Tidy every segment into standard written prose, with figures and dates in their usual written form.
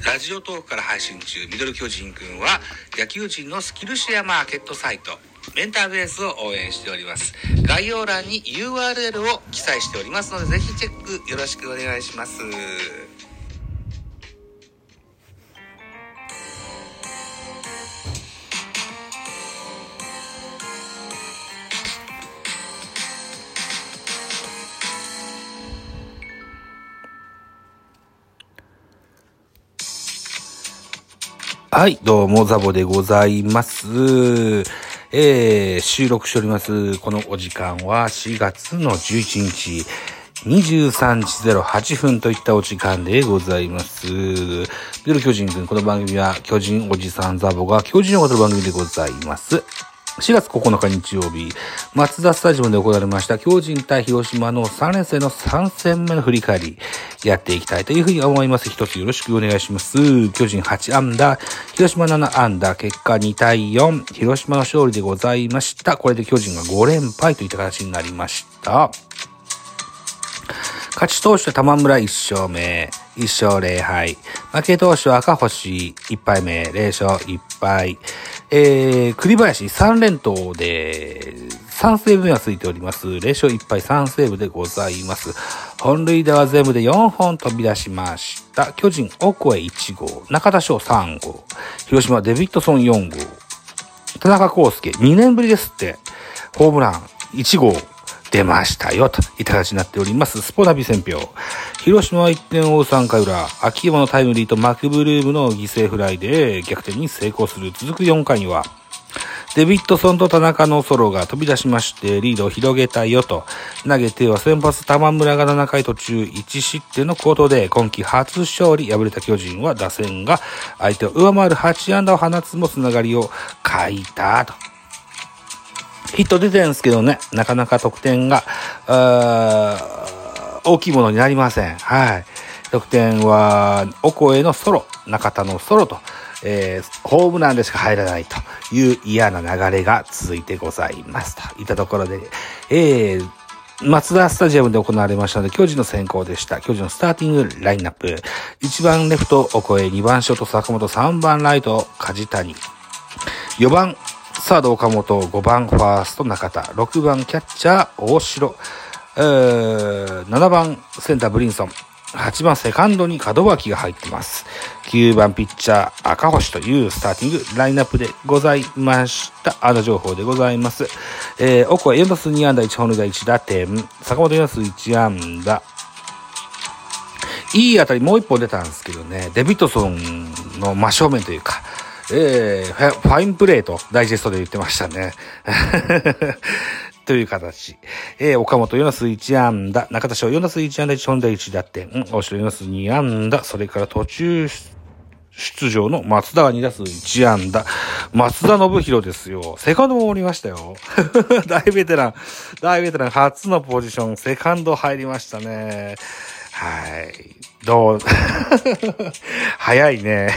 ラジオトークから配信中、ミドル巨人くんは野球人のスキルシェアマーケットサイトメンターベースを応援しております。概要欄に URL を記載しておりますので、ぜひチェックよろしくお願いします。はい、どうも、ザボでございます。収録しております。このお時間は4月の11日、23時08分といったお時間でございます。ミドル巨人くん、この番組は巨人おじさんザボが巨人を語る番組でございます。4月9日日曜日、マツダスタジアムで行われました巨人対広島の3連戦の3戦目の振り返りやっていきたいというふうに思います。一つよろしくお願いします。巨人8安打、広島7安打、結果2対4、広島の勝利でございました。これで巨人が5連敗といった形になりました。勝ち投手は玉村1勝目、1勝0敗。負け投手は赤星1敗目、0勝1敗。栗林3連投で3セーブ目はついております。0勝1敗3セーブでございます。本塁打は全部で4本飛び出しました。巨人、オコエ1号、中田翔3号、広島デビッドソン4号、田中康介2年ぶりですって、ホームラン1号、出ましたよといった形になっております。スポナビ戦表。広島は1点を追う3回裏、秋山のタイムリーとマクブルームの犠牲フライで逆転に成功する。続く4回にはデビッドソンと田中のソロが飛び出しましてリードを広げたよと投げては先発玉村が7回途中1失点の好投で今季初勝利。敗れた巨人は打線が相手を上回る8安打を放つもつながりを欠いたと。ヒット出てるんですけどね、なかなか得点が大きいものになりません。はい。得点はオコエのソロ、中田のソロと、ホームランでしか入らないという嫌な流れが続いてございますといったところで、マツダスタジアムで行われましたので巨人の先行でした。巨人のスターティングラインナップ、1番レフトオコエ、2番ショート坂本、3番ライト梶谷、4番サード岡本、5番ファースト中田、6番キャッチャー大城、7番センターブリンソン、8番セカンドに門脇が入っています。9番ピッチャー赤星というスターティングラインナップでございました。安打情報でございます。オコエ4打数2安打1本塁打1打点、坂本4打数1安打。いい当たりもう1本出たんですけどね、デビッドソンの真正面というか、ファインプレーとダイジェストで言ってましたね。という形。岡本4打数1安打、中田翔4打数1安打1本塁打1打点、大城4打数2安打、それから途中出場の松田が2打数1安打。松田信弘ですよ。セカンドもおりましたよ。大ベテラン初のポジション、セカンド入りましたね。はい。早いね。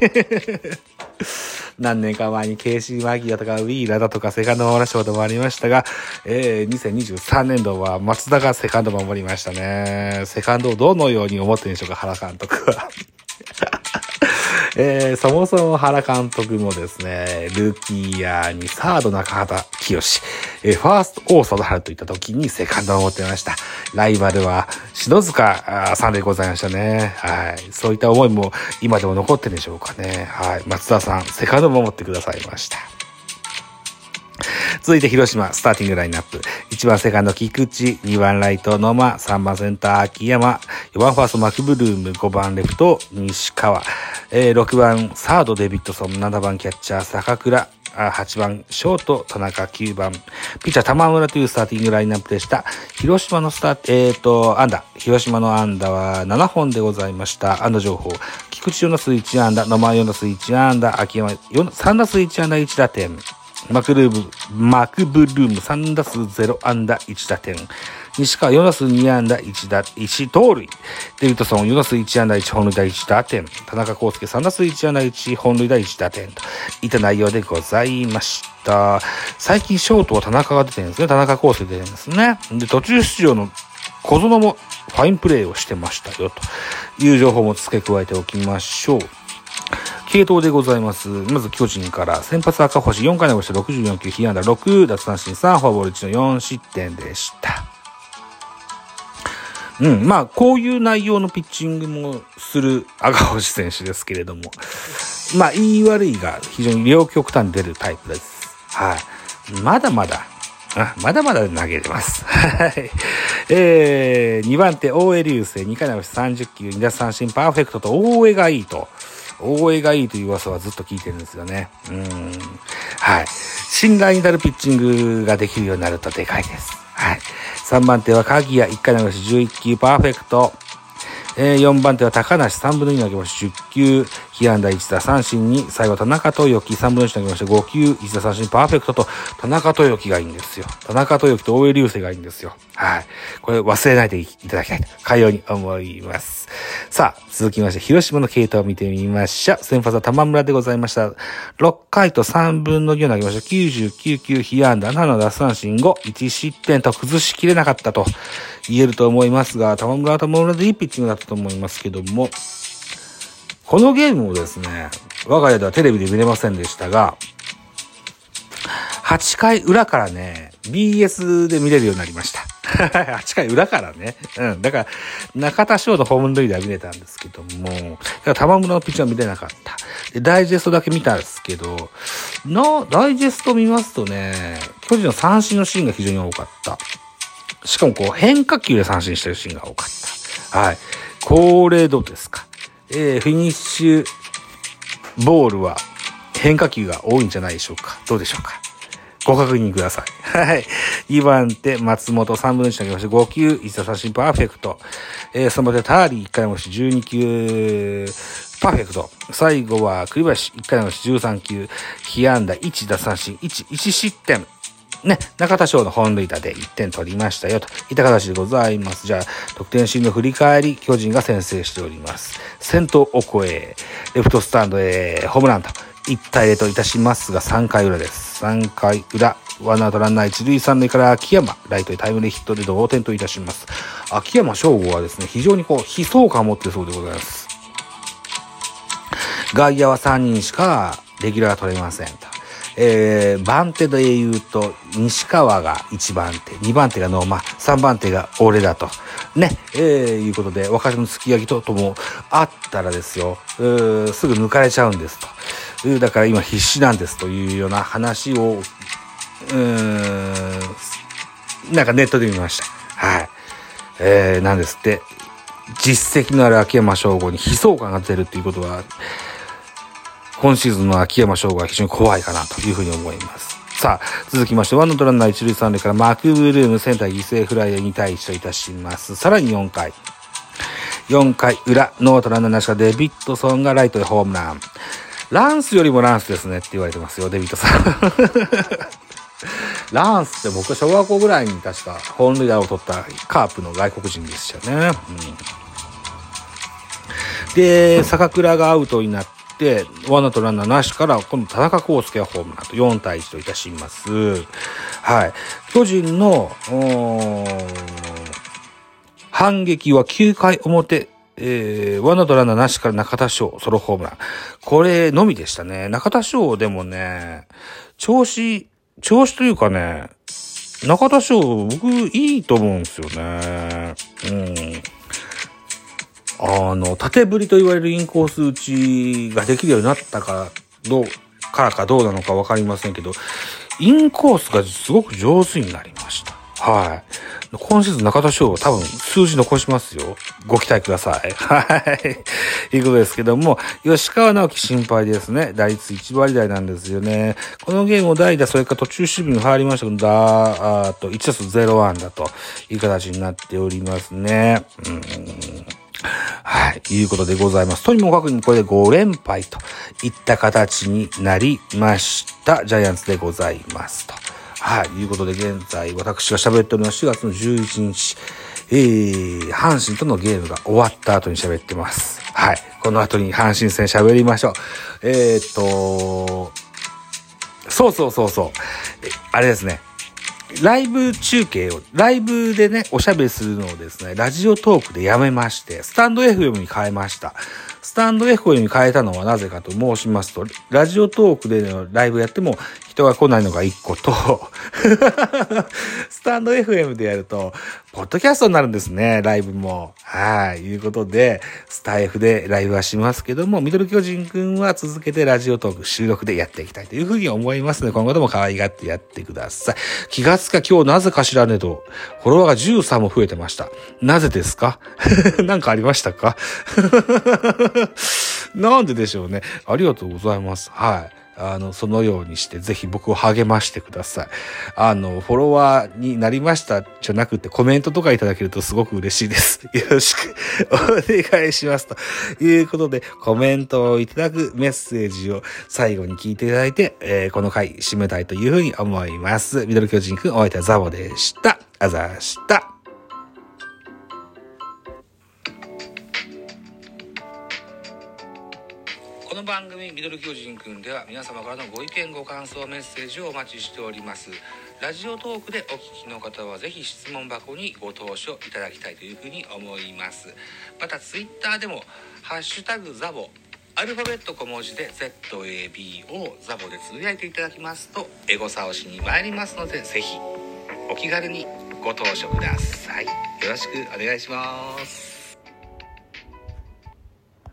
何年か前にケイシー・マギアとかウィーラーだとかセカンド守らせたこともありましたが、2023年度は松田がセカンド守りましたね。セカンドをどのように思ってるんでしょうか、原監督は。そもそも原監督もですね、ルーキーイヤーにサード中畑清、ファースト大貞治といった時にセカンドを持っていました。ライバルは篠塚さんでございましたね。はい。そういった思いも今でも残ってるんでしょうかね。はい。松田さん、セカンドも持ってくださいました。続いて広島スターティングラインナップ、1番セカンド菊池、2番ライト野間、3番センター秋山、4番ファーストマクブルーム、5番レフト西川、6番サードデビッドソン、7番キャッチャー坂倉、8番ショート田中、9番ピッチャー玉村というスターティングラインナップでした。広島の安打、広島の安打は7本でございました。安打情報、菊池4打数1安打、野間4打数1安打、秋山3打数1安打1打点、マクブルーム3打数0安打1打点、西川4打数2安打1盗塁、デビッドソン4打数1安打1本塁打1打点、田中康介3打数1安打1本塁打1打点といった内容でございました。最近ショートは田中が出てるんですね。田中康介出てるんですね。で、途中出場の小園もファインプレーをしてましたよという情報も付け加えておきましょう。 継投でございます。まず巨人から先発赤星4回投げして64球、被安打6、奪三振3、フォアボール1の4失点でした。まあこういう内容のピッチングもする赤星選手ですけれども、まあ言い悪いが非常に両極端に出るタイプです。はい。まだまだ投げれます。はい。2番手、大江流星、2回投げして30球、2奪三振、パーフェクトと大江がいいという噂はずっと聞いてるんですよね。はい。信頼になるピッチングができるようになるとでかいです。はい。3番手は鍵谷、1回投げして11球、パーフェクト。4番手は高梨、3分の2投げまして10球、被安打1打三振に、最後田中豊樹、3分の1投げまして5球、1打三振、パーフェクトと、田中豊樹がいいんですよ。田中豊樹と大江流星がいいんですよ。はい。これ忘れないでいただきたいと、かように思います。さあ、続きまして、広島の系統を見てみましょう。先発は玉村でございました。6回と3分の2を投げました。99球、被安打7奪三振5、1失点と崩しきれなかったと言えると思いますが、玉村でいいピッチングだったと思いますけども、このゲームをですね、我が家ではテレビで見れませんでしたが、8回裏からね、BS で見れるようになりました。8回裏からね。だから、中田翔のホーム塁打は見れたんですけども、玉村のピッチャーは見れなかった。で、ダイジェストだけ見たんですけど、ダイジェスト見ますとね、巨人の三振のシーンが非常に多かった。しかもこう、変化球で三振してるシーンが多かった。はい。これどうですか？フィニッシュボールは変化球が多いんじゃないでしょうか？どうでしょうか？ご確認ください。はい。2番手、松本3分の1投げまして5球、1打三振パーフェクト。3番手、ターリー1回投げして12球、パーフェクト。最後は栗林1回投げして13球、被安打1打三振1失点。ね、中田翔の本塁打で1点取りましたよといった形でございます。じゃあ、得点シーンの振り返り、巨人が先制しております。先頭オコエ、レフトスタンドへホームランと1対0といたしますが、3回裏です。3回裏、ワンアウトランナー1塁3塁から秋山、ライトへタイムリーヒットで同点といたします。秋山翔吾はですね、非常に悲壮感を持っているそうでございます。外野は3人しかレギュラーが取れませんと。番手で言うと、西川が1番手、2番手が野間、3番手が俺だと。ね、いうことで、若手のすき焼きともあったらですよ、すぐ抜かれちゃうんですと。だから今必死なんですというような話を、なんかネットで見ました。はい。なんですって、実績のある秋山翔吾に悲壮感が出るっていうことは、今シーズンの秋山翔吾は非常に怖いかなというふうに思います。さあ、続きまして、ワンアウトランナー一塁三塁からマクブルームセンター犠牲フライに対していたします。さらに4回裏、ノーアウトランナーなしからデビッドソンがライトへホームラン。ランスよりもランスですねって言われてますよ、デビッドソン。ランスって僕は小学校ぐらいに確か本塁打を取ったカープの外国人でしたよね。で、坂倉がアウトになって、ワンアウトランナーなしから、今度田中康介がホームランと4対1といたします。はい。巨人の、反撃は9回表、ワンアウトランナーなしから中田翔、ソロホームラン。これのみでしたね。中田翔でもね、調子というかね、中田翔、僕いいと思うんですよね。縦振りと言われるインコース打ちができるようになったかどうなのかわかりませんけど、インコースがすごく上手になりました。はい。今シーズン中田翔は多分数字残しますよ。ご期待ください。はい。いうことですけども、吉川直樹心配ですね。打率1割台なんですよね。このゲームを代打、それから途中守備に入りましたけど、1打数0安打という形になっておりますね。はい。いうことでございます。とにもかくにこれで5連敗といった形になりました。ジャイアンツでございますと。はい。いうことで現在私が喋っております4月の11日、阪神とのゲームが終わった後に喋ってます。はい。この後に阪神戦喋りましょう。そう。あれですね。ライブでね、おしゃべりするのをですね、ラジオトークでやめまして、スタンド FM に変えました。 スタンド FM に変えたのはなぜかと申しますと、ラジオトークでのライブやっても人が来ないのが1個と、スタンド FM でやると、ポッドキャストになるんですね、ライブも。はい、いうことで、スタイフでライブはしますけども、ミドル巨人くんは続けてラジオトーク収録でやっていきたいというふうに思いますので、今後とも可愛がってやってください。気がつか今日なぜかしらねと、フォロワーが13も増えてました。なぜですか？なんかありましたか？なんででしょうね。ありがとうございます。はい。そのようにしてぜひ僕を励ましてください。フォロワーになりましたじゃなくてコメントとかいただけるとすごく嬉しいです。よろしくお願いします。ということで、コメントをいただくメッセージを最後に聞いていただいて、この回締めたいというふうに思います。ミドル巨人くん、お相手はザボでした。あざした。この番組ミドル巨人くんでは皆様からのご意見ご感想メッセージをお待ちしております。ラジオトークでお聞きの方はぜひ質問箱にご投書いただきたいというふうに思います。またツイッターでもハッシュタグザボ、アルファベット小文字で ZABO ザボでつぶやいていただきますとエゴサをしに参りますので、ぜひお気軽にご投書ください。よろしくお願いします。